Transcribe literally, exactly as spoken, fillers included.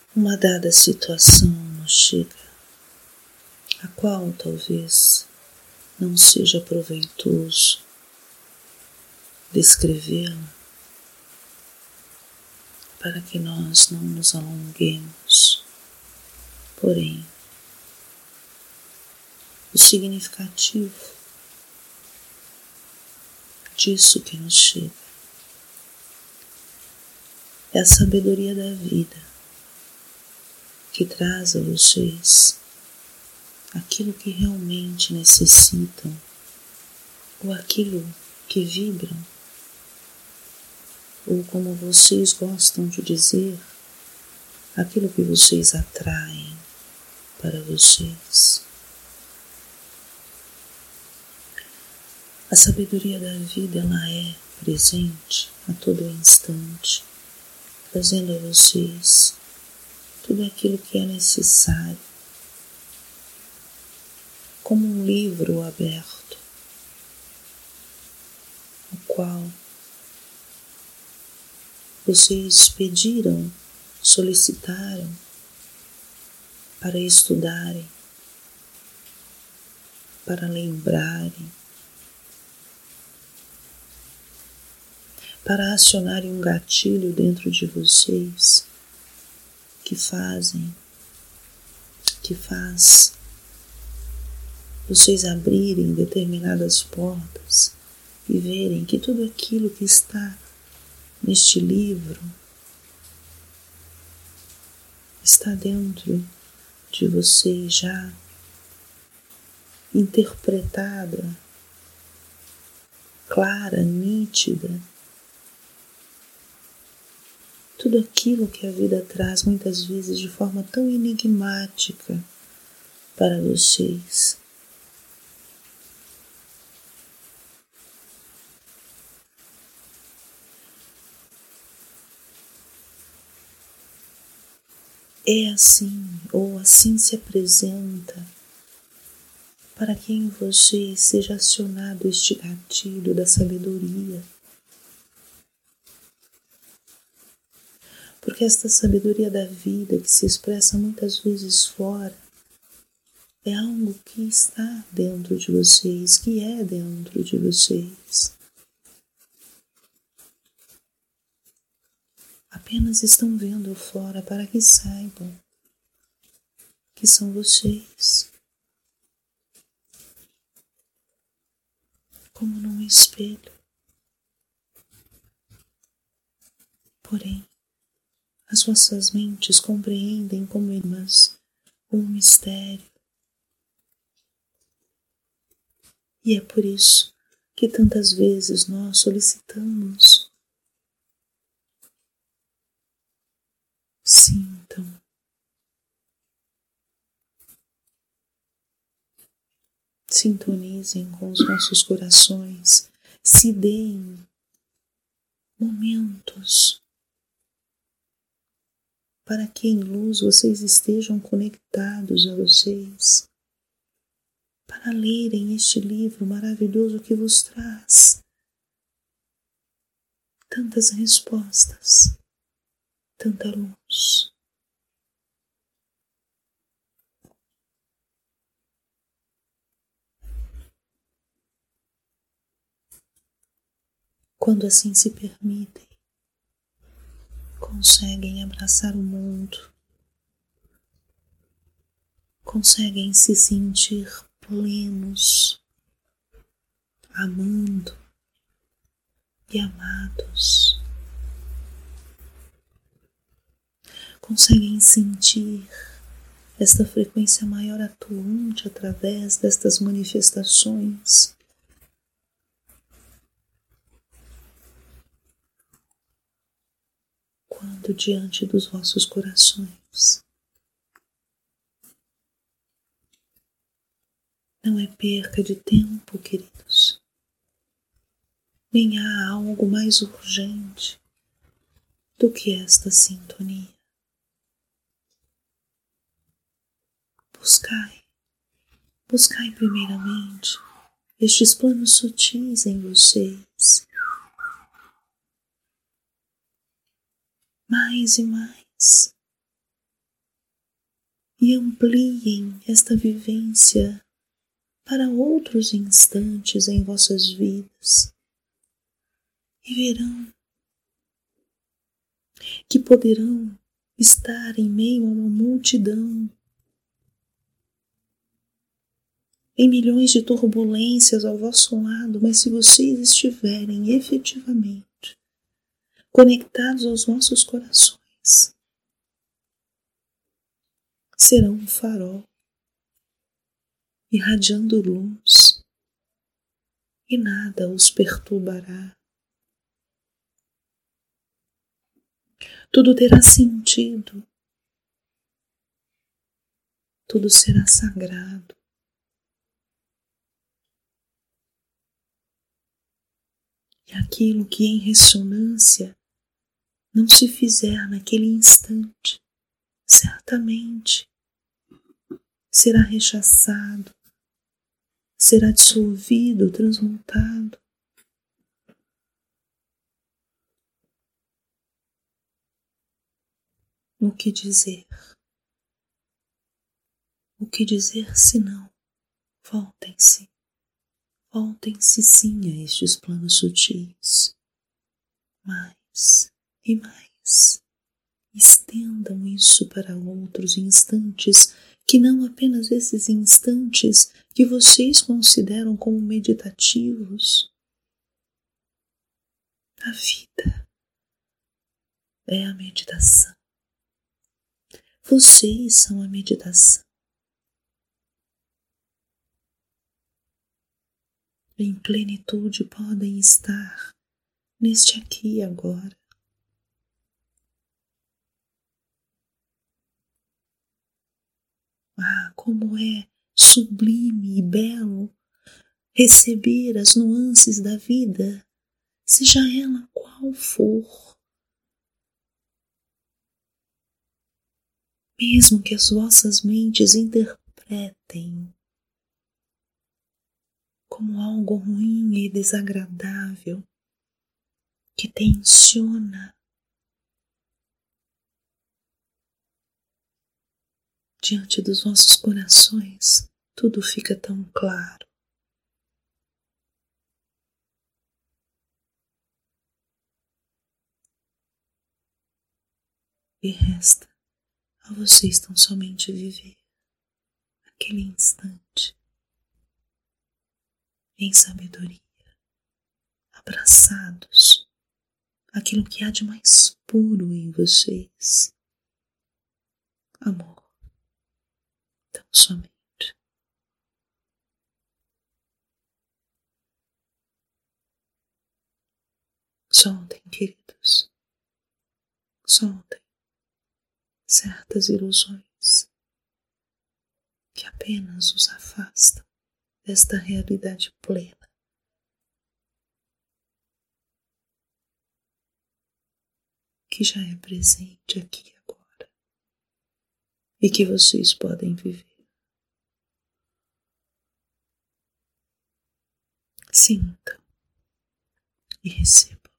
uma dada situação nos chega, a qual talvez não seja proveitoso descrevê-la, para que nós não nos alonguemos. Porém, o significativo disso que nos chega é a sabedoria da vida, que traz a vocês aquilo que realmente necessitam, ou aquilo que vibram, ou como vocês gostam de dizer, aquilo que vocês atraem para vocês. A sabedoria da vida, ela é presente a todo instante, trazendo a vocês tudo aquilo que é necessário, como um livro aberto, o qual vocês pediram, solicitaram para estudarem, para lembrarem, para acionarem um gatilho dentro de vocês que fazem, que faz vocês abrirem determinadas portas e verem que tudo aquilo que está neste livro está dentro de vocês já interpretada, clara, nítida. Tudo aquilo que a vida traz muitas vezes de forma tão enigmática para vocês. É assim, ou assim se apresenta, para que em vocês seja acionado este gatilho da sabedoria. Porque esta sabedoria da vida, que se expressa muitas vezes fora, é algo que está dentro de vocês, que é dentro de vocês. Apenas estão vendo fora para que saibam que são vocês. Como num espelho. Porém, as vossas mentes compreendem como irmãs um mistério. E é por isso que tantas vezes nós solicitamos: sintam, sintonizem com os nossos corações, se deem momentos para que em luz vocês estejam conectados a vocês, para lerem este livro maravilhoso que vos traz tantas respostas, tanta luz. Quando assim se permitem, conseguem abraçar o mundo, conseguem se sentir plenos, amando e amados. Conseguem sentir esta frequência maior atuante através destas manifestações. Quando diante dos vossos corações não é perca de tempo, queridos, nem há algo mais urgente do que esta sintonia. Buscai, buscai primeiramente estes planos sutis em vocês, mais e mais, e ampliem esta vivência para outros instantes em vossas vidas e verão que poderão estar em meio a uma multidão, em milhões de turbulências ao vosso lado, mas se vocês estiverem efetivamente conectados aos vossos corações, serão um farol, irradiando luz, e nada os perturbará. Tudo terá sentido, tudo será sagrado. E aquilo que em ressonância não se fizer naquele instante, certamente será rechaçado, será dissolvido, transmutado. O que dizer? O que dizer senão? Voltem-se, voltem-se sim a estes planos sutis. Mais e mais. Estendam isso para outros instantes, que não apenas esses instantes que vocês consideram como meditativos. A vida é a meditação. Vocês são a meditação. Em plenitude podem estar neste aqui e agora. Ah, como é sublime e belo receber as nuances da vida, seja ela qual for. Mesmo que as vossas mentes interpretem como algo ruim e desagradável, que tensiona, diante dos vossos corações, tudo fica tão claro. E resta a vocês tão somente viver aquele instante em sabedoria, abraçados àquilo que há de mais puro em vocês. Amor, tão somente. Soltem, queridos, soltem certas ilusões que apenas os afastam desta realidade plena. Que já é presente aqui e agora e que vocês podem viver. Sintam e recebam.